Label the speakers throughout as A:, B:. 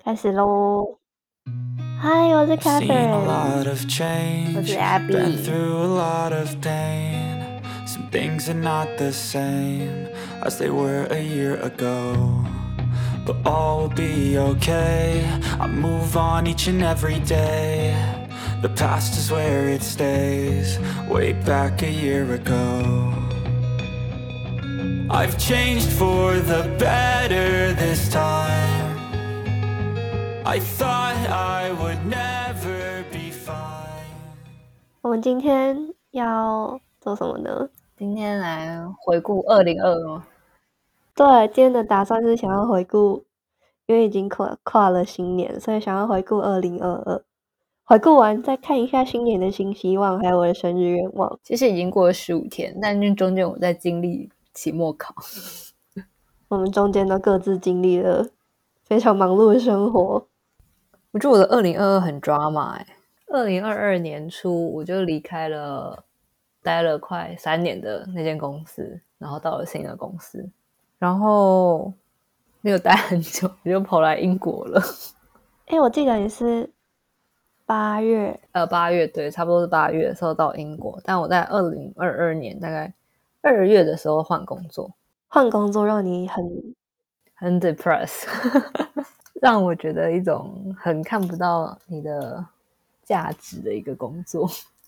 A: 开始喽！嗨，我是
B: Seen a
A: Catherine，
B: lot of
A: 我
B: change,
A: 是
B: been
A: Abby。
B: through a lot of pain. Some things are not the same as they were a year ago. But all will be okay, I move on each and every day. The past is where it stays, way back a year ago. I've changed for the better this time. I thought I would never be fine.
A: 我们今天要做什么呢？
C: 今天来回顾2022哦。
A: 对，今天的打算是想要回顾，因为已经跨了新年，所以想要回顾2022。回顾完再看一下新年的新希望，还有我的生日愿望。
C: 其实已经过了15天，但是中间我在经历期末考。
A: 我们中间都各自经历了非常忙碌的生活。
C: 我觉得我的2022很 drama 2022年初我就离开了待了快3年的那间公司，然后到了新的公司，然后没有待很久我就跑来英国了。
A: 我记得你是8月
C: 8月，对，差不多是8月的时候到英国，但我在2022年大概2月的时候换工作。
A: 换工作让你
C: 很 depressed 让我觉得一种很看不到你的价值的一个工作。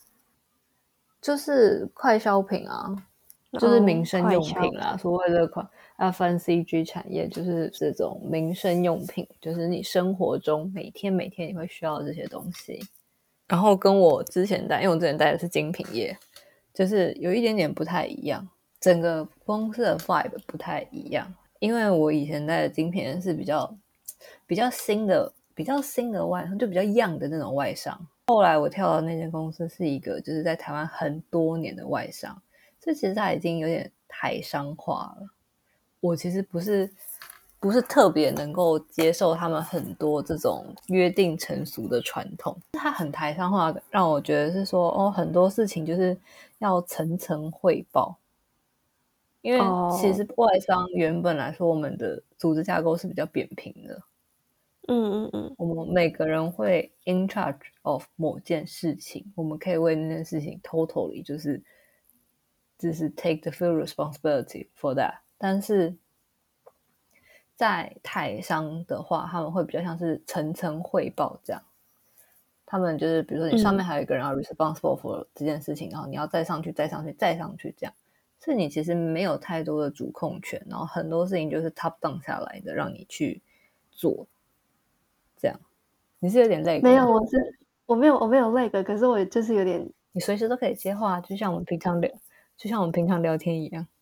C: 就是快消品啊，就是民生用品啦，所谓的FMCG 产业就是这种民生用品，就是你生活中每天你会需要的这些东西。然后跟我之前因为我之前待的是精品业，就是有一点点不太一样，整个公司的 vibe 不太一样。因为我以前待的精品是比较新的外商，就比较 young 的那种外商。后来我跳到那间公司是一个就是在台湾很多年的外商，所以其实它已经有点台商化了。我其实不是特别能够接受他们很多这种约定成俗的传统，它很台商化，让我觉得是说很多事情就是要层层汇报。因为其实外商原本来说我们的组织架构是比较扁平的，我们每个人会 in charge of 某件事情，我们可以为那件事情 totally 就是 take the full responsibility for that。 但是在台商的话，他们会比较像是层层汇报这样，他们就是比如说你上面还有一个人要 responsible for 这件事情，然后你要再上去这样，所以你其实没有太多的主控权，然后很多事情就是 top down 下来的让你去做这样。你是有点累？
A: 没有，我没有累个，可是我就是有点，
C: 你随时都可以接话，就像我们平常聊天一样。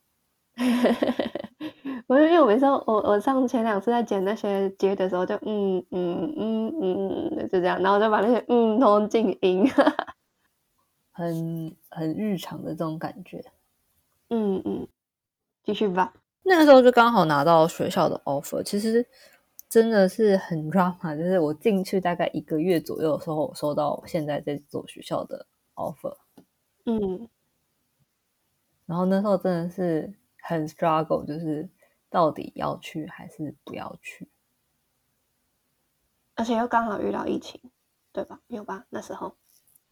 A: 因为我每次我上前2次在剪那些接的时候就就这样，然后就把那些通静音。
C: 很日常的这种感觉。
A: 继续吧。
C: 那个时候就刚好拿到学校的 offer， 其实真的是很 drama， 就是我进去大概1个月左右的时候，我收到我现在这所学校的 offer。然后那时候真的是很 struggle， 就是到底要去还是不要去。
A: 而且又刚好遇到疫情，对吧？有吧？那时候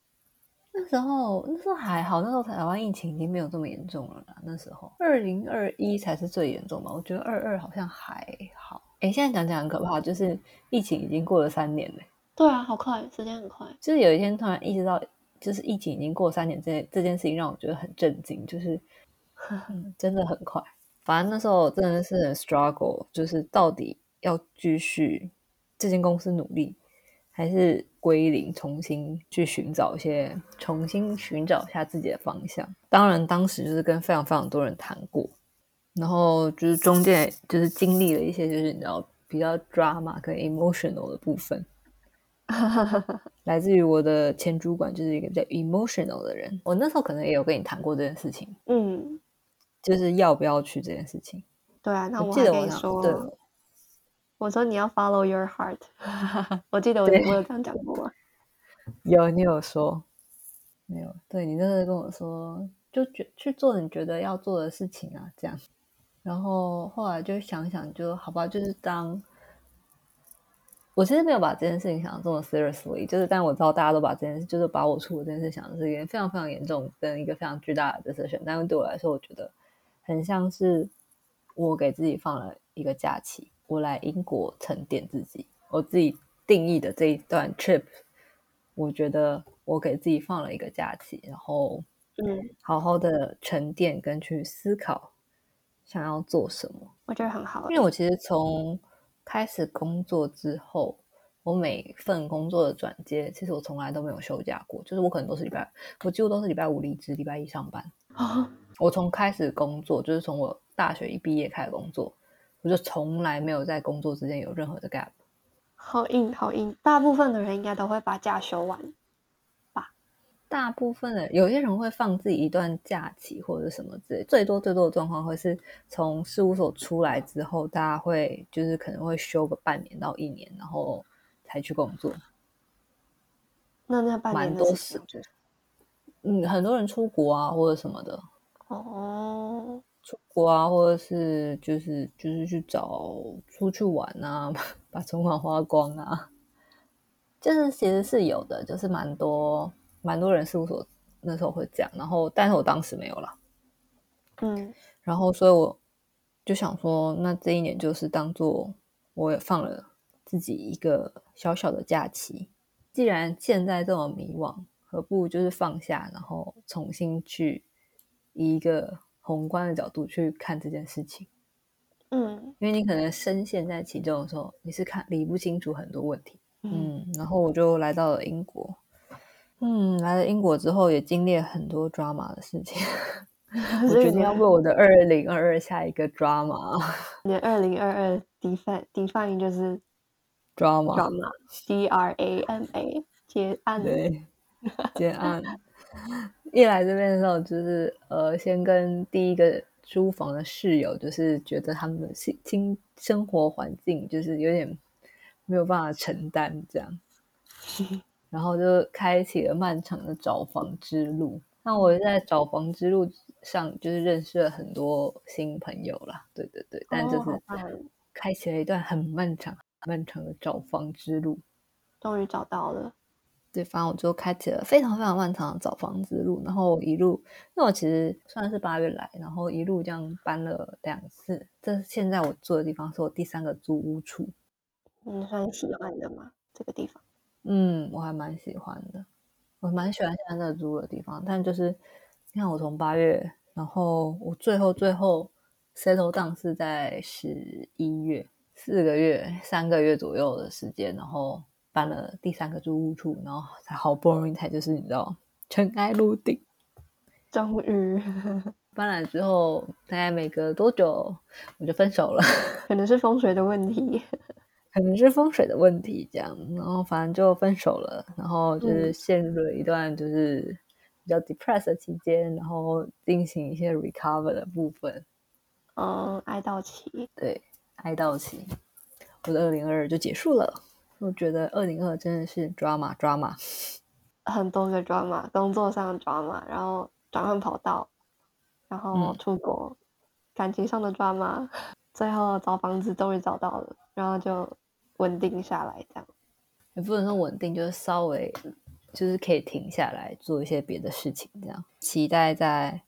C: 还好，那时候台湾疫情已经没有这么严重了啦。那时候2021才是最严重嘛，我觉得22好像还好。现在讲讲很可怕，就是疫情已经过了3年了。
A: 对啊，好快，时间很快。
C: 就是有一天突然意识到，就是疫情已经过3年这件事情让我觉得很震惊，就是真的很快。反正那时候真的是很 struggle， 就是到底要继续这间公司努力，还是归零，重新寻找一下自己的方向。当然当时就是跟非常非常多人谈过，然后就是中间就是经历了一些就是你知道比较 drama 跟 emotional 的部分。来自于我的前主管就是一个比较 emotional 的人，我那时候可能也有跟你谈过这件事情，就是要不要去这件事情。
A: 对啊，那我还跟你说，对，我说你要 follow your heart。我记得我有这样讲过吗？
C: 有，你有说。没有，对，你那时候跟我说就去做你觉得要做的事情啊，这样。然后后来就想想就好吧，就是当我其实没有把这件事情想得这么 seriously， 就是但我知道大家都把这件事，就是把我出国这件事想的是一件非常非常严重跟一个非常巨大的 decision， 但是对我来说，我觉得很像是我给自己放了一个假期，我来英国沉淀自己，我自己定义的这一段 trip， 我觉得我给自己放了一个假期，然后好好的沉淀跟去思考想要做什么。
A: 我觉得很好，
C: 因为我其实从开始工作之后，我每份工作的转接，其实我从来都没有休假过，就是我可能都是我几乎都是礼拜五离职，礼拜一上班。我从开始工作，就是从我大学一毕业开始工作，我就从来没有在工作之间有任何的 gap。
A: 好硬好硬，大部分的人应该都会把假休完。
C: 大部分的有些人会放自己一段假期或者什么之类，最多的状况会是从事务所出来之后，大家会就是可能会休个半年到1年，然后才去工作。
A: 那半年的时间
C: 很多人出国啊或者什么的，出国啊或者是就是去出去玩啊，把存款花光啊，就是其实是有的，就是蛮多人事务所那时候会这样，然后但是我当时没有啦。然后所以我就想说，那这一年就是当做我也放了自己一个小小的假期。既然现在这么迷惘，何不就是放下，然后重新去以一个宏观的角度去看这件事情。因为你可能深陷在其中的时候，你是理不清楚很多问题。然后我就来到了英国。来了英国之后也经历了很多 drama 的事情。我决定要为我的2022下一个 drama。
A: 你的2022 define 就是
C: drama
A: DRAMA 结案。
C: 对，结案。一来这边的时候，就是先跟第一个租房的室友，就是觉得他们的生活环境就是有点没有办法承担这样，然后就开启了漫长的找房之路。那我在找房之路上，就是认识了很多新朋友啦，对，但就是开启了一段很漫长的找房之路。
A: 终于找到了。
C: 对，反正我就开启了非常非常漫长的找房之路，然后一路，因为我其实算是8月来，然后一路这样搬了2次，这现在我住的地方是我第3个租屋处。
A: 你算喜欢的吗？这个地方？
C: 我还蛮喜欢的，我蛮喜欢现在这租的地方，但就是你看我从8月，然后我最后 settle down 是在11月，3个月左右的时间，然后搬了第3个租屋处，然后才好不容易才就是你知道尘埃落定。
A: 终于
C: 搬来之后大概没隔多久我就分手了。
A: 可能是风水的问题。
C: 可能是风水的问题这样，然后反正就分手了，然后就是陷入了一段就是比较 depressed 的期间，然后进行一些 recover 的部分。
A: 哀悼期。
C: 对，哀悼期。我的2022就结束了。我觉得2022真的是 drama，
A: 很多个 drama， 工作上的 drama， 然后转换跑道，然后出国，感情上的 drama， 最后找房子终于找到了，然后就稳定下来这样。
C: 也不能说稳定，就是稍微就是可以停下来做一些别的事情这样。期待在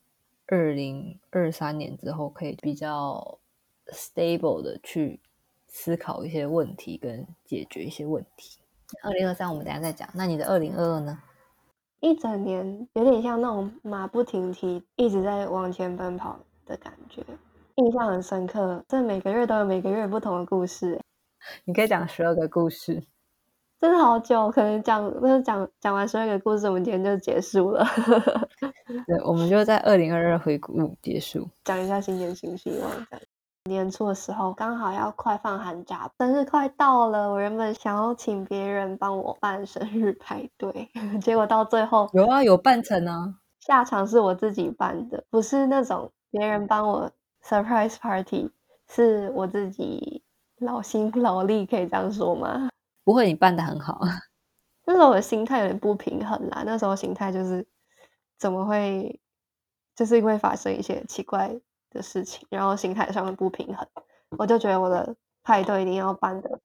C: 2023年之后可以比较 stable 的去思考一些问题跟解决一些问题。2023我们等一下再讲。那你的2022呢？
A: 一整年有点像那种马不停蹄一直在往前奔跑的感觉，印象很深刻。这每个月都有每个月不同的故事。
C: 你可以讲12个故事。
A: 真的好久，可能讲完12个故事，我们今天就结束了。
C: 对，我们就在2022回顾结束，
A: 讲一下新年新希望。年初的时候刚好要快放寒假，生日快到了，我原本想要请别人帮我办生日派对，结果到最后
C: 有办成啊，
A: 下场是我自己办的，不是那种别人帮我 surprise party， 是我自己劳心劳力，可以这样说吗？
C: 不会，你办得很好。
A: 那时候我的心态有点不平衡啦，那时候心态就是怎么会就是因为发生一些奇怪的事情，然后心态上的不平衡，我就觉得我的派对一定要办的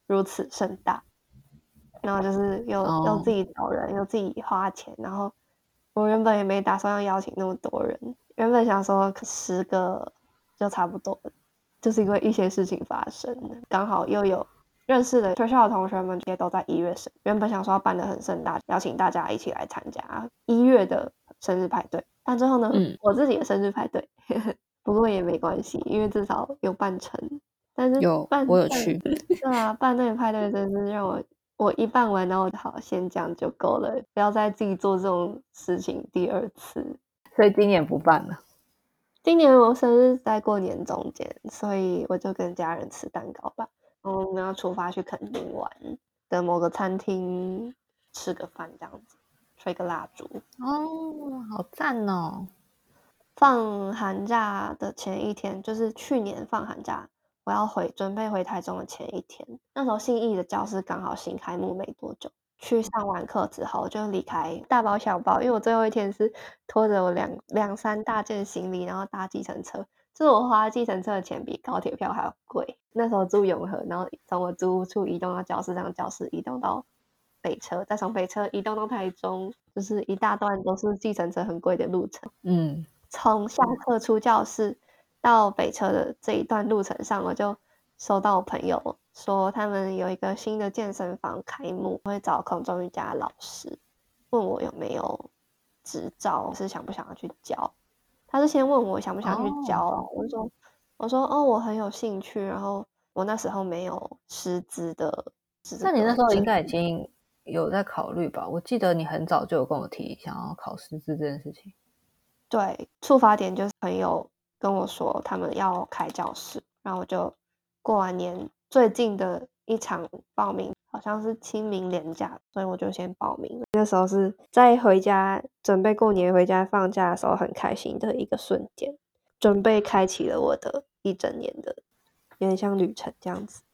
A: 如此盛大，然后就是又自己找人，又自己花钱，然后我原本也没打算要邀请那么多人，原本想说10个就差不多了，就是因为一些事情发生，刚好又有认识的学校的同学们也都在1月生，原本想说要办得很盛大，邀请大家一起来参加1月的生日派对，但最后呢，我自己的生日派对不过也没关系，因为至少有办成。但是
C: 我有去。
A: 对啊，办那个派对真是让我一办完，然后好先这样就够了，不要再自己做这种事情第2次。
C: 所以今年不办了。
A: 今年我生日在过年中间，所以我就跟家人吃蛋糕吧。然后我们要出发去垦丁玩的某个餐厅吃个饭，这样子吹个蜡烛。
C: 哦，好赞哦！
A: 放寒假的前一天，就是去年放寒假我要准备回台中的前一天，那时候信义的教室刚好新开幕没多久，去上完课之后就离开，大包小包，因为我最后一天是拖着我两三大件行李，然后搭计程车，就是我花计程车的钱比高铁票还要贵。那时候住永和，然后从我租屋处移动到教室，让教室移动到北车，再从北车移动到台中，就是一大段都是计程车很贵的路程。从下课出教室到北车的这一段路程上，我就收到我朋友说他们有一个新的健身房开幕，会找空中瑜伽老师，问我有没有执照，是想不想要去教。他是先问我想不想去教，我说哦，我很有兴趣，然后我那时候没有师资的资格。
C: 那你那时候应该已经有在考虑吧？我记得你很早就有跟我提想要考师资这件事情。
A: 对，触发点就是朋友跟我说他们要开教室，然后我就过完年最近的一场报名好像是清明连假，所以我就先报名了。那时候是在回家准备过年回家放假的时候很开心的一个瞬间，准备开启了我的一整年的有点像旅程这样子。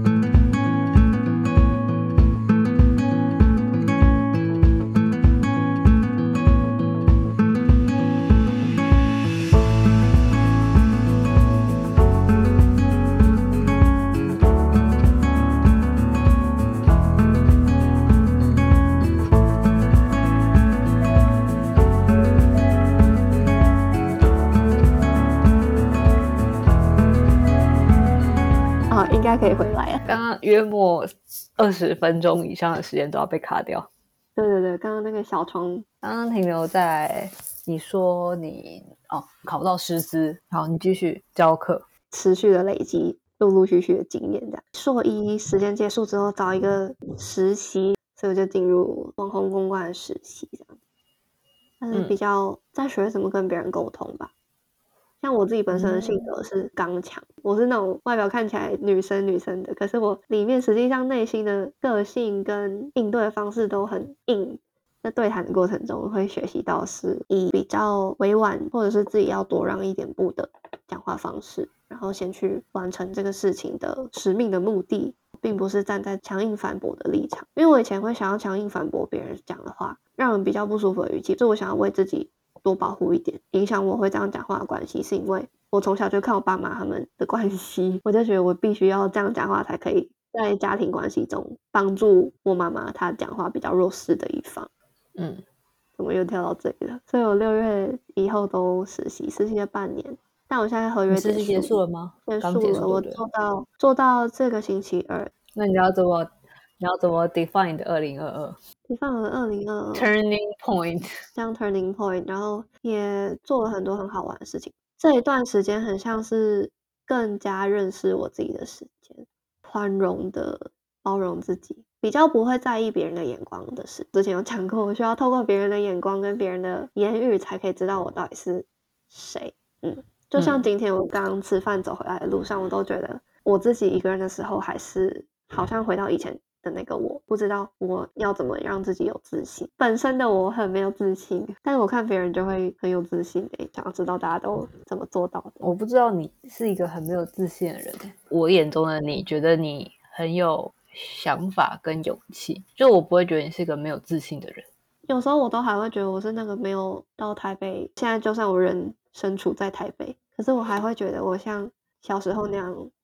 A: 应该可以回来了。
C: 刚刚约莫20分钟以上的时间都要被卡掉。
A: 对对对，刚刚那个小窗，
C: 刚刚停留在你说你考不到师资，好，你继续教课，
A: 持续的累积，陆陆续续的经验。硕一时间结束之后，找一个实习，所以我就进入网红公关的实习，这样。但是比较在学怎么跟别人沟通吧。像我自己本身的性格是刚强，我是那种外表看起来女生的，可是我里面实际上内心的个性跟应对的方式都很硬。在对谈的过程中会学习到是以比较委婉或者是自己要多让一点步的讲话方式，然后先去完成这个事情的使命的目的，并不是站在强硬反驳的立场。因为我以前会想要强硬反驳别人讲的话，让人比较不舒服的语气，所以我想要为自己多保护一点。影响我会这样讲话的关系是因为我从小就看我爸妈他们的关系，我就觉得我必须要这样讲话才可以在家庭关系中帮助我妈妈她讲话比较弱势的一方。怎么又跳到这里了？所以我6月以后都实习了半年，但我现在合约
C: 结束了吗？
A: 结束了，我做到这个星期2。
C: 那你要怎么 define 的2022
A: define 了2022
C: turning point，
A: 这样 turning point， 然后也做了很多很好玩的事情。这一段时间很像是更加认识我自己的时间，宽容的包容自己，比较不会在意别人的眼光的事。之前有讲过，我需要透过别人的眼光跟别人的言语才可以知道我到底是谁。就像今天我刚刚吃饭走回来的路上，我都觉得我自己一个人的时候还是好像回到以前的那个我，不知道我要怎么让自己有自信。本身的我很没有自信，但是我看别人就会很有自信，想要知道大家都怎么做到的。
C: 我不知道你是一个很没有自信的人，我眼中的你觉得你很有想法跟勇气，就我不会觉得你是一个没有自信的人。
A: 有时候我都还会觉得我是那个没有到台北，现在就算我人身处在台北，可是我还会觉得我像小时候那样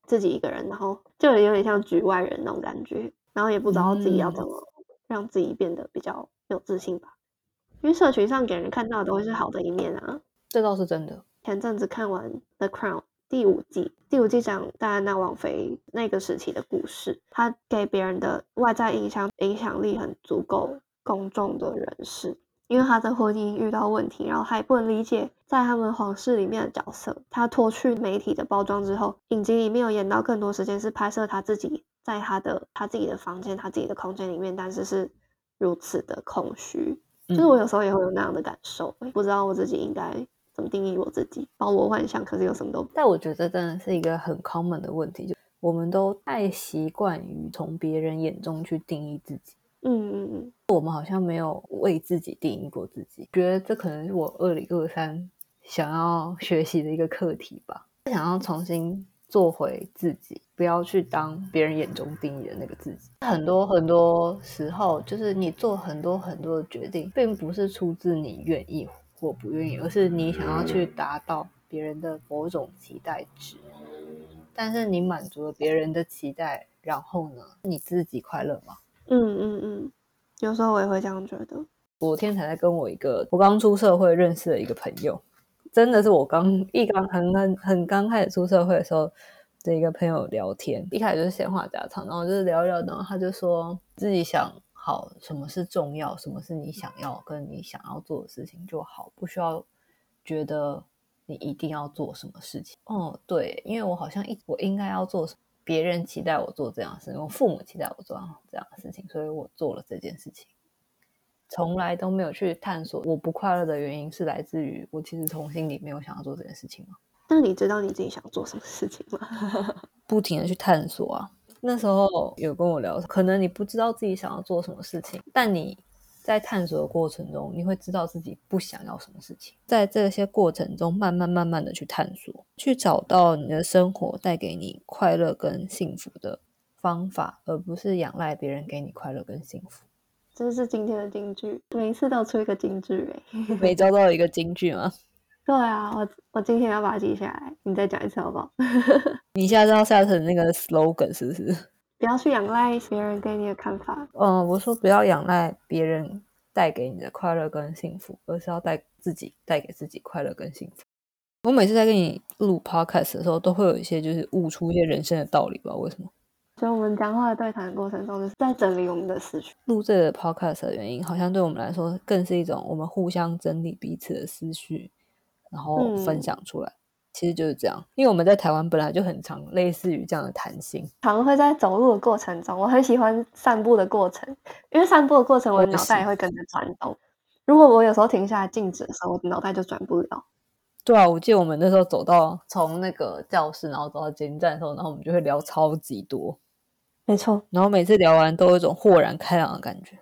A: 自己一个人，然后就有点像局外人那种感觉，然后也不知道自己要怎么让自己变得比较有自信吧。因为社群上给人看到的都会是好的一面啊。
C: 这倒是真的。
A: 前阵子看完《The Crown》第五季讲戴安娜王妃那个时期的故事，她给别人的外在影响力很足够公众的人士，因为她的婚姻遇到问题，然后还不能理解在他们皇室里面的角色。她脱去媒体的包装之后，影集里面有演到更多时间是拍摄她自己在她自己的房间、她自己的空间里面，但是如此的空虚。就是我有时候也会有那样的感受，不知道我自己应该怎么定义我自己，包罗万象，可是有什么都。
C: 但我觉得真的是一个很 common 的问题，就我们都太习惯于从别人眼中去定义自己。我们好像没有为自己定义过自己，觉得这可能是我2023想要学习的一个课题吧，想要重新做回自己，不要去当别人眼中定义的那个自己。很多时候就是你做很多的决定，并不是出自你愿意或不愿意，而是你想要去达到别人的某种期待值，但是你满足了别人的期待，然后呢，你自己快乐吗？
A: 有时候我也会这样觉得。
C: 昨天才在跟我刚出社会认识的一个朋友，真的是我很刚开始出社会的时候的一个朋友聊天，一开始就是闲话家常，然后就是聊一聊，然后他就说自己想好什么是重要，什么是你想要跟你想要做的事情就好，不需要觉得你一定要做什么事情。对，因为我好像我应该要做别人期待我做这样的事情，我父母期待我做这样的事情，所以我做了这件事情，从来都没有去探索我不快乐的原因是来自于我其实从心里没有想要做这件事情吗？
A: 那你知道你自己想做什么事情吗？
C: 不停的去探索啊。那时候有跟我聊，可能你不知道自己想要做什么事情，但你在探索的过程中，你会知道自己不想要什么事情。在这些过程中，慢慢的去探索，去找到你的生活带给你快乐跟幸福的方法，而不是仰赖别人给你快乐跟幸福。
A: 这是今天的金句，每一次都出一个金句
C: 每周都有一个金句吗？
A: 对啊，我今天要把它记下来，你再讲一次好不好？
C: 你现在知道下成那个 slogan 是不是？
A: 不要去仰赖别人给你的看法。
C: 我说不要仰赖别人带给你的快乐跟幸福，而是要带给自己快乐跟幸福。我每次在跟你录 podcast 的时候，都会有一些就是悟出一些人生的道理，不知道为什么。
A: 所以我们讲话的对谈的过程中，就是在整理我们的思绪。
C: 录这个 podcast 的原因，好像对我们来说更是一种我们互相整理彼此的思绪，然后分享出来。其实就是这样，因为我们在台湾本来就很常类似于这样的谈心，
A: 常会在走路的过程中，我很喜欢散步的过程，因为散步的过程我的脑袋也会跟着转动。如果我有时候停下来静止的时候，我的脑袋就转不了。
C: 对啊，我记得我们那时候从那个教室，然后走到捷运站的时候，然后我们就会聊超级多。
A: 没错，
C: 然后每次聊完都有一种豁然开朗的感觉。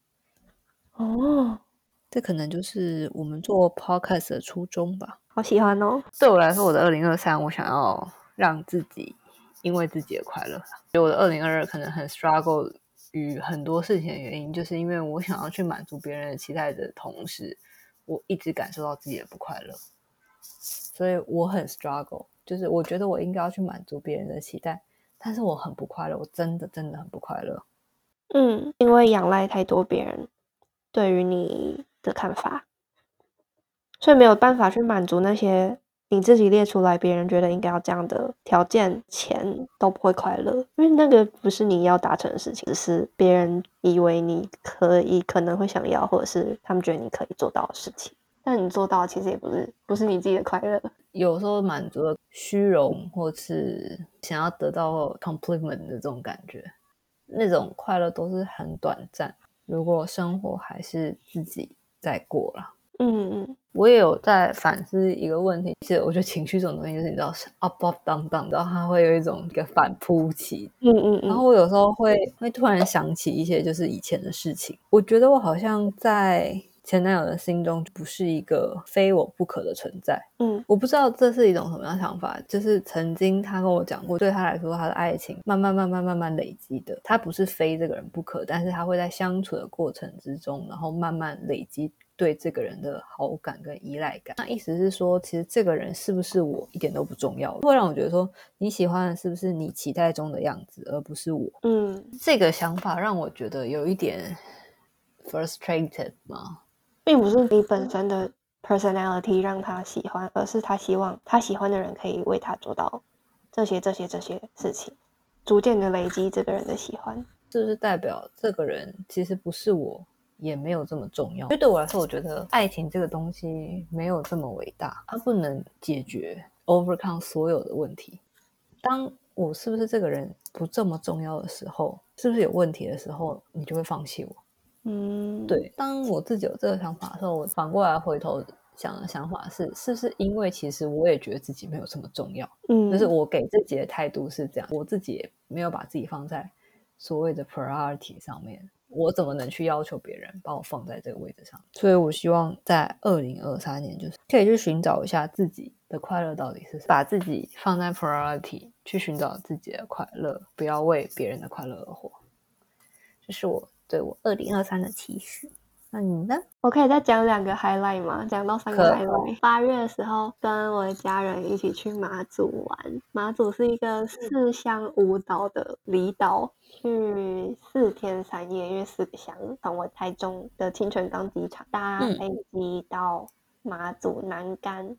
C: 这可能就是我们做 podcast 的初衷吧。
A: 好喜欢哦！
C: 对我来说，我的2023，我想要让自己因为自己的快乐。我的2022可能很 struggle 于很多事情的原因，就是因为我想要去满足别人的期待的同时，我一直感受到自己的不快乐，所以我很 struggle， 就是我觉得我应该要去满足别人的期待，但是我很不快乐，我真的很不快乐。
A: 因为仰赖太多别人对于你的看法，所以没有办法去满足那些你自己列出来别人觉得应该要这样的条件前都不会快乐，因为那个不是你要达成的事情，只是别人以为你可能会想要，或者是他们觉得你可以做到的事情，但你做到其实也不是你自己的快乐。有
C: 时候满足了虚荣或是想要得到 compliment 的这种感觉，那种快乐都是很短暂，如果生活还是自己在过啦。我也有在反思一个问题，其实我觉得情绪这种东西就是你知道 up up down down， 然后它会有一种一个反扑期。然后我有时候会突然想起一些就是以前的事情，我觉得我好像在前男友的心中不是一个非我不可的存在。
A: 我
C: 不知道这是一种什么样的想法，就是曾经他跟我讲过，对他来说他的爱情慢慢累积的，他不是非这个人不可，但是他会在相处的过程之中，然后慢慢累积对这个人的好感跟依赖感。那意思是说，其实这个人是不是我一点都不重要，会让我觉得说你喜欢的是不是你期待中的样子，而不是我。这个想法让我觉得有一点 frustrated 吗？
A: 并不是你本身的 personality 让他喜欢，而是他希望他喜欢的人可以为他做到这些事情，逐渐的累积这个人的喜欢。
C: 是不是代表这个人其实不是我，也没有这么重要？对我来说，我觉得爱情这个东西没有这么伟大，它不能解决 overcome 所有的问题。当我是不是这个人不这么重要的时候，是不是有问题的时候，你就会放弃我。对，当我自己有这个想法的时候，我反过来回头想的想法是不是因为其实我也觉得自己没有这么重要，就是我给自己的态度是这样，我自己也没有把自己放在所谓的 priority 上面，我怎么能去要求别人把我放在这个位置上？所以我希望在2023年就是可以去寻找一下自己的快乐到底是什么，把自己放在 priority 去寻找自己的快乐，不要为别人的快乐而活。这是我对我2023的期许。那你呢？
A: 我可以再讲2个 highlight 吗？讲到3个 highlight。8月的时候跟我的家人一起去马祖玩，马祖是一个4乡5岛的离岛，去4天3夜，因为4个乡，从我台中的清泉岗机场搭飞机到马祖南竿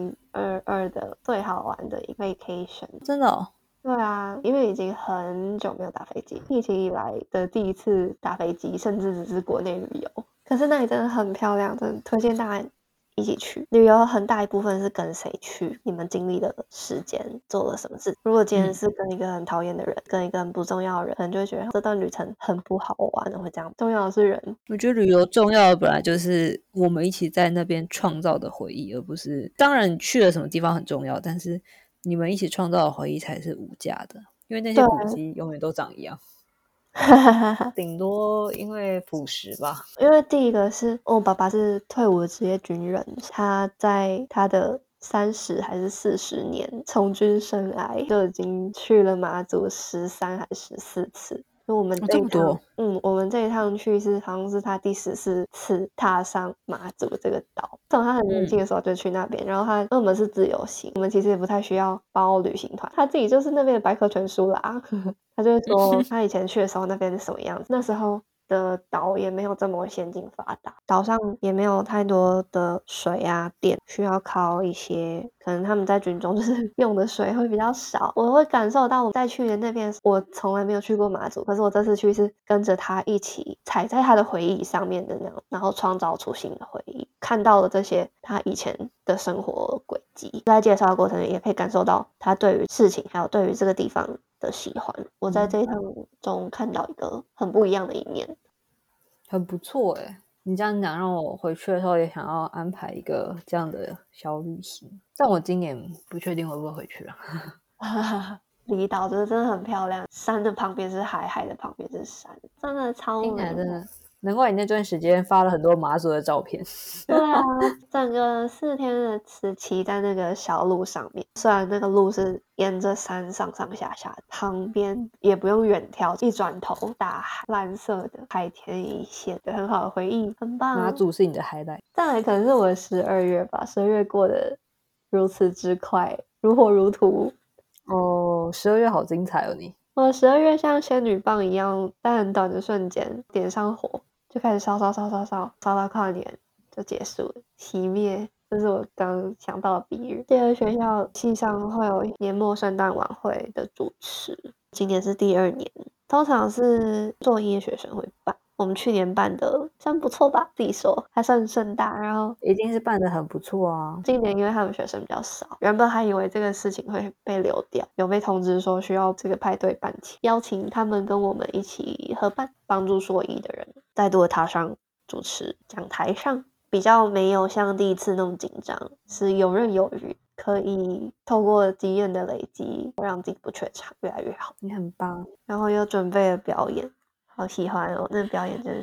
A: ，2022的最好玩的一个 vacation。
C: 真的哦？
A: 对啊，因为已经很久没有搭飞机，疫情以来的第一次搭飞机，甚至只是国内旅游。可是那里真的很漂亮，真的推荐大家一起去。旅游很大一部分是跟谁去，你们经历的时间做了什么事。如果今天是跟一个很讨厌的人，跟一个很不重要的人，可能就会觉得这段旅程很不好玩，会这样。重要的是人。
C: 我觉得旅游重要的本来就是我们一起在那边创造的回忆，而不是当然去了什么地方很重要，但是你们一起创造的回忆才是无价的，因为那些古迹永远都长一样。顶多因为腐蚀吧。
A: 因为第一个是我爸爸是退伍的职业军人，他在他的30还是40年从军生涯就已经去了马祖13还是14次。就我们这一趟，我们这一趟去是好像是他第14次踏上马祖这个岛。从他很年轻的时候就去那边，然后因为我们是自由行，我们其实也不太需要包旅行团，他自己就是那边的百科全书啦。他就会说他以前去的时候那边是什么样子，那时候的岛也没有这么先进发达，岛上也没有太多的水啊电，需要靠一些可能他们在军中就是用的水会比较少。我会感受到我在去年那边，我从来没有去过马祖，可是我这次去是跟着他一起踩在他的回忆上面的那样，然后创造出新的回忆，看到了这些他以前的生活轨迹。在介绍的过程也可以感受到他对于事情还有对于这个地方的喜欢。我在这一趟中看到一个很不一样的一面。
C: 很不错耶，你这样讲让我回去的时候也想要安排一个这样的小旅行，但我今年不确定会不会回去了。
A: 离岛真的很漂亮，山的旁边是海，海的旁边是山，真的超美。
C: 听起来真的，难怪你那段时间发了很多马祖的照片。
A: 对啊，整个4天的时期在那个小路上面，虽然那个路是沿着山上上下下，旁边也不用远眺，一转头大海，蓝色的海天一线，很好的回忆，很棒。
C: 马祖是你的 highlight。
A: 再来可能是我的12月吧，12月过得如此之快，如火如荼。
C: 哦，12月好精彩哦你。
A: 我12月像仙女棒一样，在很短的瞬间点上火，就开始烧到跨年就结束了，熄灭。这是我刚想到的比喻。第二学校系上会有年末圣诞晚会的主持，今年是第2年，通常是做音乐学生会办。我们去年办的算不错吧，自己说还算盛大，然后
C: 一定是办得很不错啊。
A: 今年因为他们学生比较少，原本还以为这个事情会被流掉，有被通知说需要这个派对办起，邀请他们跟我们一起合办，帮助硕一的人再度的踏上主持讲台上，比较没有像第一次那么紧张，是游刃有余，可以透过经验的累积让自己不怯场，越来越好。
C: 你很棒。
A: 然后又准备了表演，好喜欢哦，那表演真的是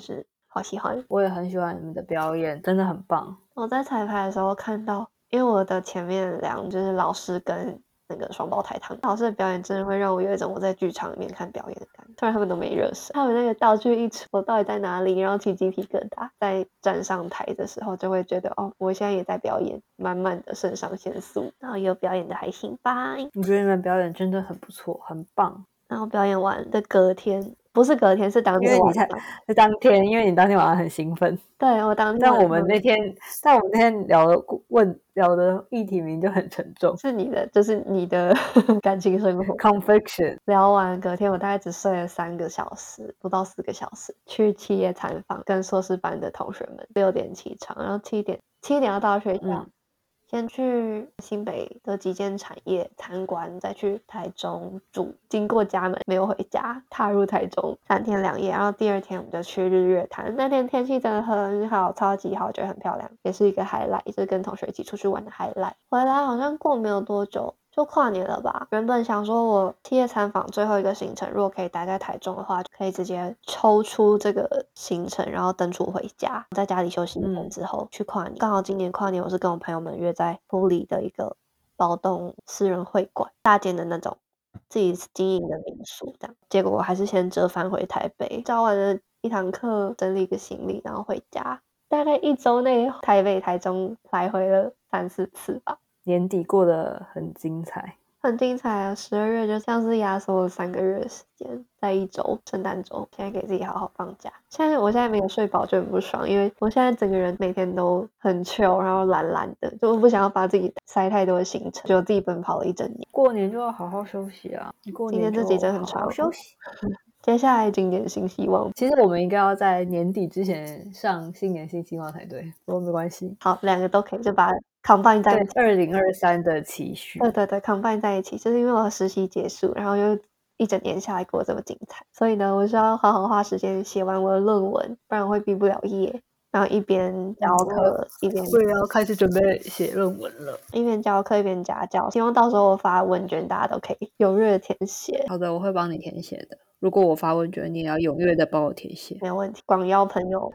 A: 好喜欢。
C: 我也很喜欢你们的表演，真的很棒。
A: 我在彩排的时候看到，因为我的前面两就是老师跟那个双胞胎他们，老师的表演真的会让我有一种我在剧场里面看表演的感觉。虽然他们都没热身，他们那个道具一出，我到底在哪里，然后起鸡皮疙瘩。在站上台的时候，就会觉得哦，我现在也在表演，满满的肾上腺素，然后有表演的还行吧。
C: 我觉得你们表演真的很不错，很棒。
A: 然后表演完的隔天，不是隔天，是当天晚上。
C: 是当天，因为你当天晚上很兴奋。
A: 对，我当天
C: 但我们那天聊的议题名就很沉重，
A: 是你的，就是你的感情生活
C: conviction。
A: 聊完隔天，我大概只睡了3个小时，不到4个小时，去企业参访，跟硕士班的同学们6点起床，然后7点要到学校。先去新北的几间产业参观，再去台中住，经过家门没有回家，踏入台中3天2夜，然后第2天我们就去日月潭。那天天气真的很好，超级好，觉得很漂亮，也是一个 highlight， 就是跟同学一起出去玩的 highlight。回来好像过没有多久就跨年了吧。原本想说我企业参访最后一个行程，如果可以待在台中的话，就可以直接抽出这个行程，然后登出回家，在家里休息1天之后去跨年。刚好今年跨年我是跟我朋友们约在埔里的一个包栋私人会馆，大间的那种自己经营的民宿这样。结果我还是先折返回台北，教完了1堂课，整理个行李，然后回家。大概1周内台北台中来回了3-4次吧。
C: 年底过得很精彩，
A: 很精彩啊！12月就像是压缩了3个月的时间，在1周圣诞周，现在给自己好好放假。我现在没有睡饱就很不爽，因为我现在整个人每天都很 chill，然后懒懒的，就不想要把自己塞太多的行程，就自己奔跑了1整年。
C: 过年就要好好休息啊！过年
A: 今年自己真的很
C: 好好休息。
A: 接下来今年新希望，
C: 其实我们应该要在年底之前上新年新希望才对，不过没关系。
A: 好，2个都可以，就把 combine 在一起。
C: 对，2023的期许。
A: 对 combine 在一起，就是因为我实习结束，然后又1整年下来过这么精彩，所以呢，我需要好好花时间写完我的论文，不然我会毕不了业。然后一边教课一边
C: 我也要开始准备写论文了，
A: 一边教课一边家教，希望到时候我发问卷大家都可以踊跃填写。
C: 好的，我会帮你填写的。如果我发问卷，你也要踊跃的帮我填写。
A: 没有问题，广邀朋友。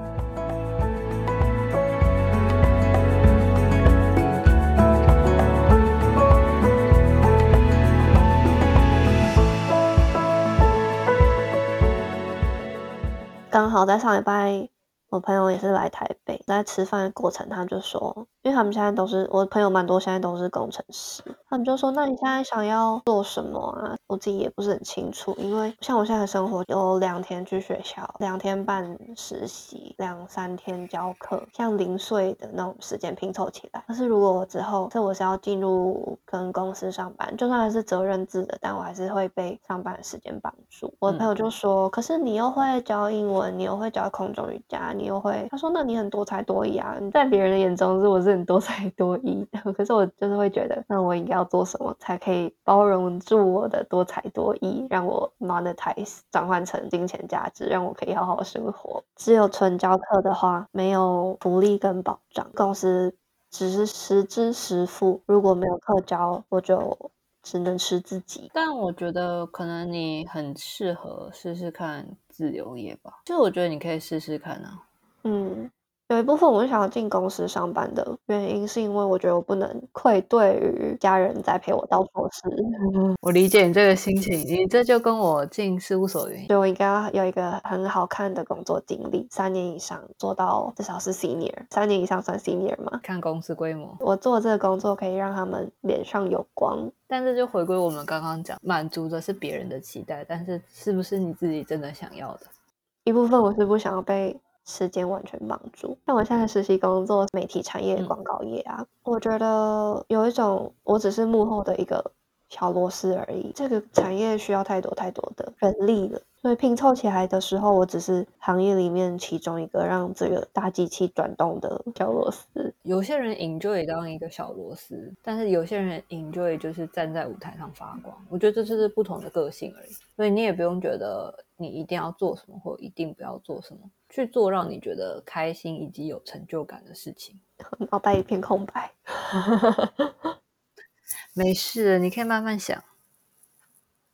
A: 刚好在上礼拜，我朋友也是来台北，在吃饭的过程，他就说，因为他们现在都是我朋友蛮多，现在都是工程师，他们就说，那你现在想要做什么啊？我自己也不是很清楚，因为像我现在的生活有2天去学校，2天半实习，2-3天教课，像零碎的那种时间拼凑起来。可是如果我之后我是要进入跟公司上班，就算还是责任制的，但我还是会被上班的时间绑住。我的朋友就说，可是你又会教英文，你又会教空中瑜伽，你又会，他说那你很多才多艺啊，你在别人的眼中我是很多才多艺的，可是我就是会觉得，那我应该要做什么才可以包容住我的多才多艺，让我 monetize 转换成金钱价值，让我可以好好生活。只有纯教课的话，没有福利跟保障，公司只是实支实付，如果没有课教，我就只能吃自己。
C: 但我觉得可能你很适合试试看自由业吧，就我觉得你可以试试看啊。
A: 有一部分我想要进公司上班的原因，是因为我觉得我不能愧对于家人在陪我到硕士。
C: 我理解你这个心情，你这就跟我进事务所的原因。
A: 所以我应该要有一个很好看的工作经历，3年以上做到至少是 senior，3年以上算 senior 吗？
C: 看公司规模，
A: 我做这个工作可以让他们脸上有光。
C: 但是就回归我们刚刚讲，满足的是别人的期待，但是是不是你自己真的想要的？
A: 一部分我是不想要被时间完全绑住，像我现在实习工作媒体产业广告业啊，我觉得有一种我只是幕后的一个小螺丝而已，这个产业需要太多太多的人力了，所以拼凑起来的时候，我只是行业里面其中一个让这个大机器转动的小螺丝。
C: 有些人 enjoy 当一个小螺丝，但是有些人 enjoy 就是站在舞台上发光，我觉得这就是不同的个性而已，所以你也不用觉得你一定要做什么或一定不要做什么，去做让你觉得开心以及有成就感的事情。
A: 脑袋一片空白。
C: 没事，你可以慢慢想。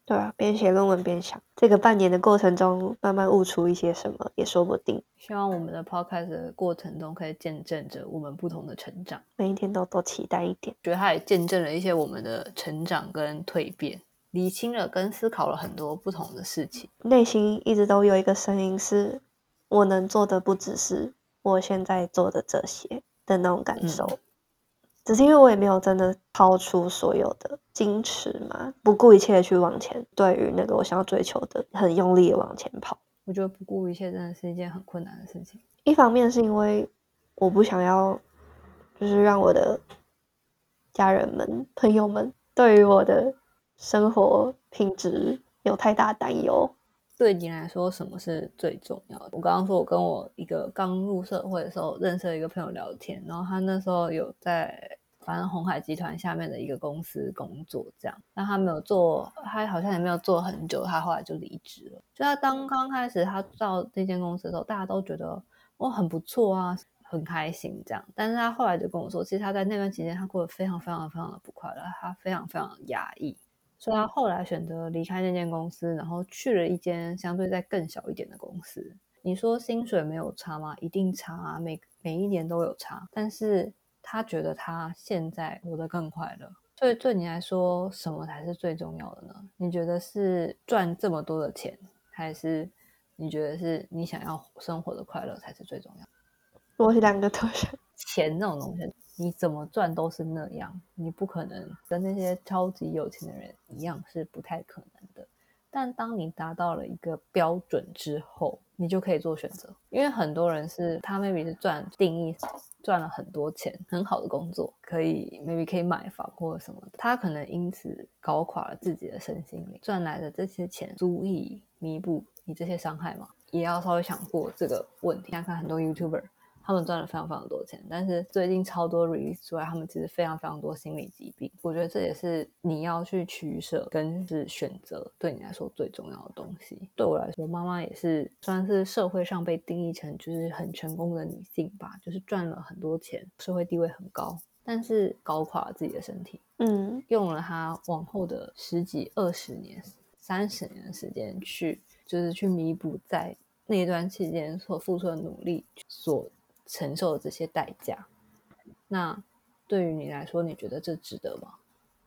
A: 对啊，边写论文边想，这个半年的过程中慢慢悟出一些什么也说不定。
C: 希望我们的 podcast 的过程中可以见证着我们不同的成长，
A: 每一天都多期待一点。
C: 觉得它也见证了一些我们的成长跟蜕变，理清了跟思考了很多不同的事情。
A: 内心一直都有一个声音是，我能做的不只是我现在做的这些的那种感受。只是因为我也没有真的抛出所有的矜持嘛，不顾一切的去往前，对于那个我想要追求的很用力的往前跑。
C: 我觉得不顾一切真的是一件很困难的事情。
A: 一方面是因为我不想要就是让我的家人们朋友们对于我的生活品质有太大担忧。
C: 对你来说什么是最重要的？我刚刚说我跟我一个刚入社会的时候认识的一个朋友聊天，然后他那时候有在反正鸿海集团下面的一个公司工作这样，但他没有做，他好像也没有做很久，他后来就离职了。就他刚开始他到这间公司的时候，大家都觉得哇很不错啊，很开心这样，但是他后来就跟我说，其实他在那段期间他过得非常非常非常的不快乐，他非常非常的压抑。所以他后来选择离开那间公司，然后去了一间相对再更小一点的公司。你说薪水没有差吗？一定差啊，每一年都有差。但是他觉得他现在活得更快乐。所以对你来说，什么才是最重要的呢？你觉得是赚这么多的钱，还是你觉得是你想要生活的快乐才是最重要的？
A: 我两个都想。
C: 钱那种东西，你怎么赚都是那样，你不可能跟那些超级有钱的人一样，是不太可能的。但当你达到了一个标准之后，你就可以做选择。因为很多人是他 maybe 是定义赚了很多钱，很好的工作，maybe 可以买房或者什么的，他可能因此搞垮了自己的身心灵。赚来的这些钱足以弥补你这些伤害吗？也要稍微想过这个问题。看看很多 YouTuber，他们赚了非常非常多钱，但是最近超多 release 出来，他们其实非常非常多心理疾病。我觉得这也是你要去取舍跟是选择对你来说最重要的东西。对我来说，我妈妈也是算是社会上被定义成就是很成功的女性吧，就是赚了很多钱，社会地位很高，但是搞垮了自己的身体。用了她往后的10几、20年、30年的时间去弥补在那一段期间所付出的努力所承受的这些代价。那对于你来说，你觉得这值得吗？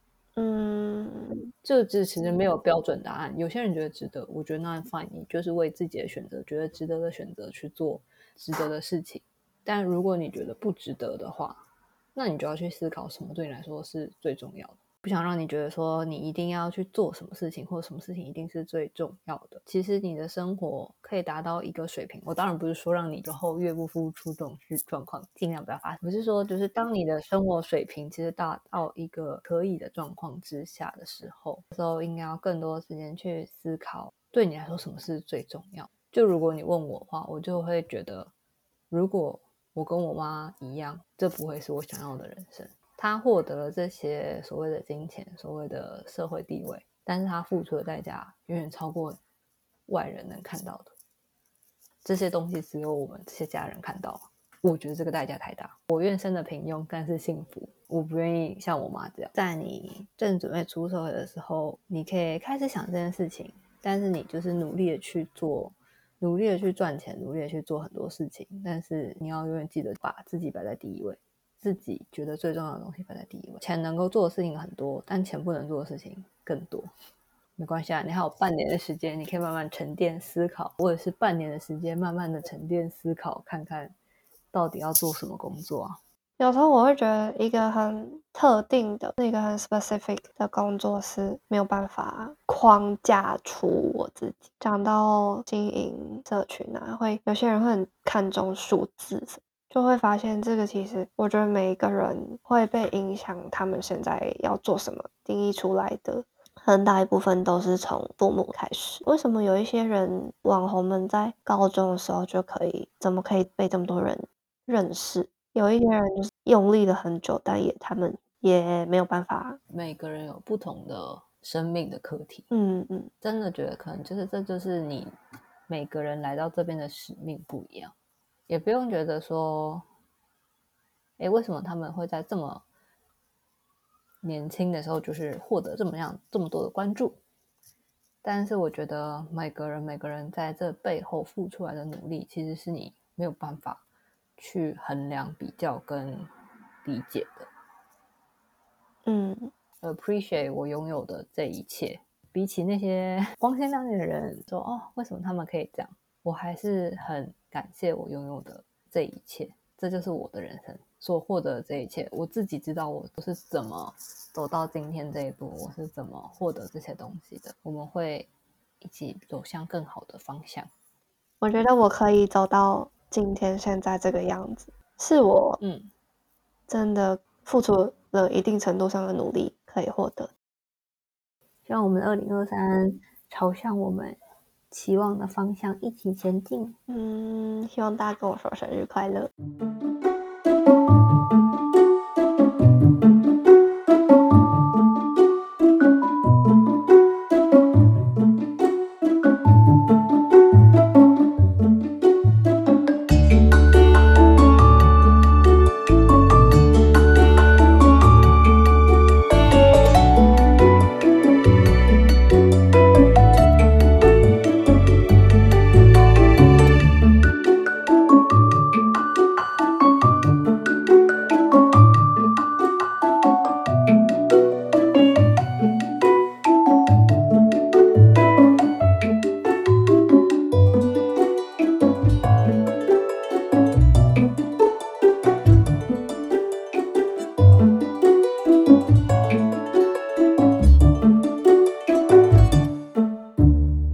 C: 这其实没有标准答案。有些人觉得值得，我觉得那 fine， 你就是为自己的选择，觉得值得的选择去做值得的事情。但如果你觉得不值得的话，那你就要去思考什么对你来说是最重要的。不想让你觉得说你一定要去做什么事情，或者什么事情一定是最重要的。其实你的生活可以达到一个水平，我当然不是说让你以后岳不敷出这种状况尽量不要发生，我是说就是当你的生活水平其实达到一个可以的状况之下的时候，应该要更多时间去思考对你来说什么是最重要。就如果你问我的话，我就会觉得如果我跟我妈一样，这不会是我想要的人生。他获得了这些所谓的金钱，所谓的社会地位，但是他付出的代价远远超过外人能看到的。这些东西只有我们这些家人看到，我觉得这个代价太大。我愿生的平庸，但是幸福。我不愿意像我妈这样。在你正准备出社会的时候，你可以开始想这件事情，但是你就是努力的去做，努力的去赚钱，努力的去做很多事情，但是你要永远记得把自己摆在第一位。自己觉得最重要的东西摆在第一位。钱能够做的事情很多，但钱不能做的事情更多。没关系啊，你还有半年的时间，你可以慢慢沉淀思考，或者是半年的时间慢慢的沉淀思考，看看到底要做什么工作啊。
A: 有时候我会觉得一个很特定的、一个很 specific 的工作是没有办法框架出我自己。讲到经营社群啊，有些人会很看重数字，就会发现这个其实我觉得每一个人会被影响，他们现在要做什么定义出来的很大一部分都是从父母开始。为什么有一些人网红们在高中的时候就怎么可以被这么多人认识？有一些人就是用力了很久，但他们也没有办法。
C: 每个人有不同的生命的课题。真的觉得可能这就是你每个人来到这边的使命不一样。也不用觉得说为什么他们会在这么年轻的时候就是获得这么多的关注。 但是我觉得每个人在这背后付出来的努力，其实是你没有办法去衡量、比较跟理解的。appreciate 我拥有的这一切，比起那些光鲜亮丽的人说哦，为什么他们可以这样，我还是很感谢我拥有的这一切，这就是我的人生所获得的这一切。我自己知道我是怎么走到今天这一步，我是怎么获得这些东西的。我们会一起走向更好的方向。
A: 我觉得我可以走到今天现在这个样子，是我真的付出了一定程度上的努力可以获得。
C: 希望我们2023朝向我们期望的方向一起前进。
A: 希望大家跟我说生日快乐。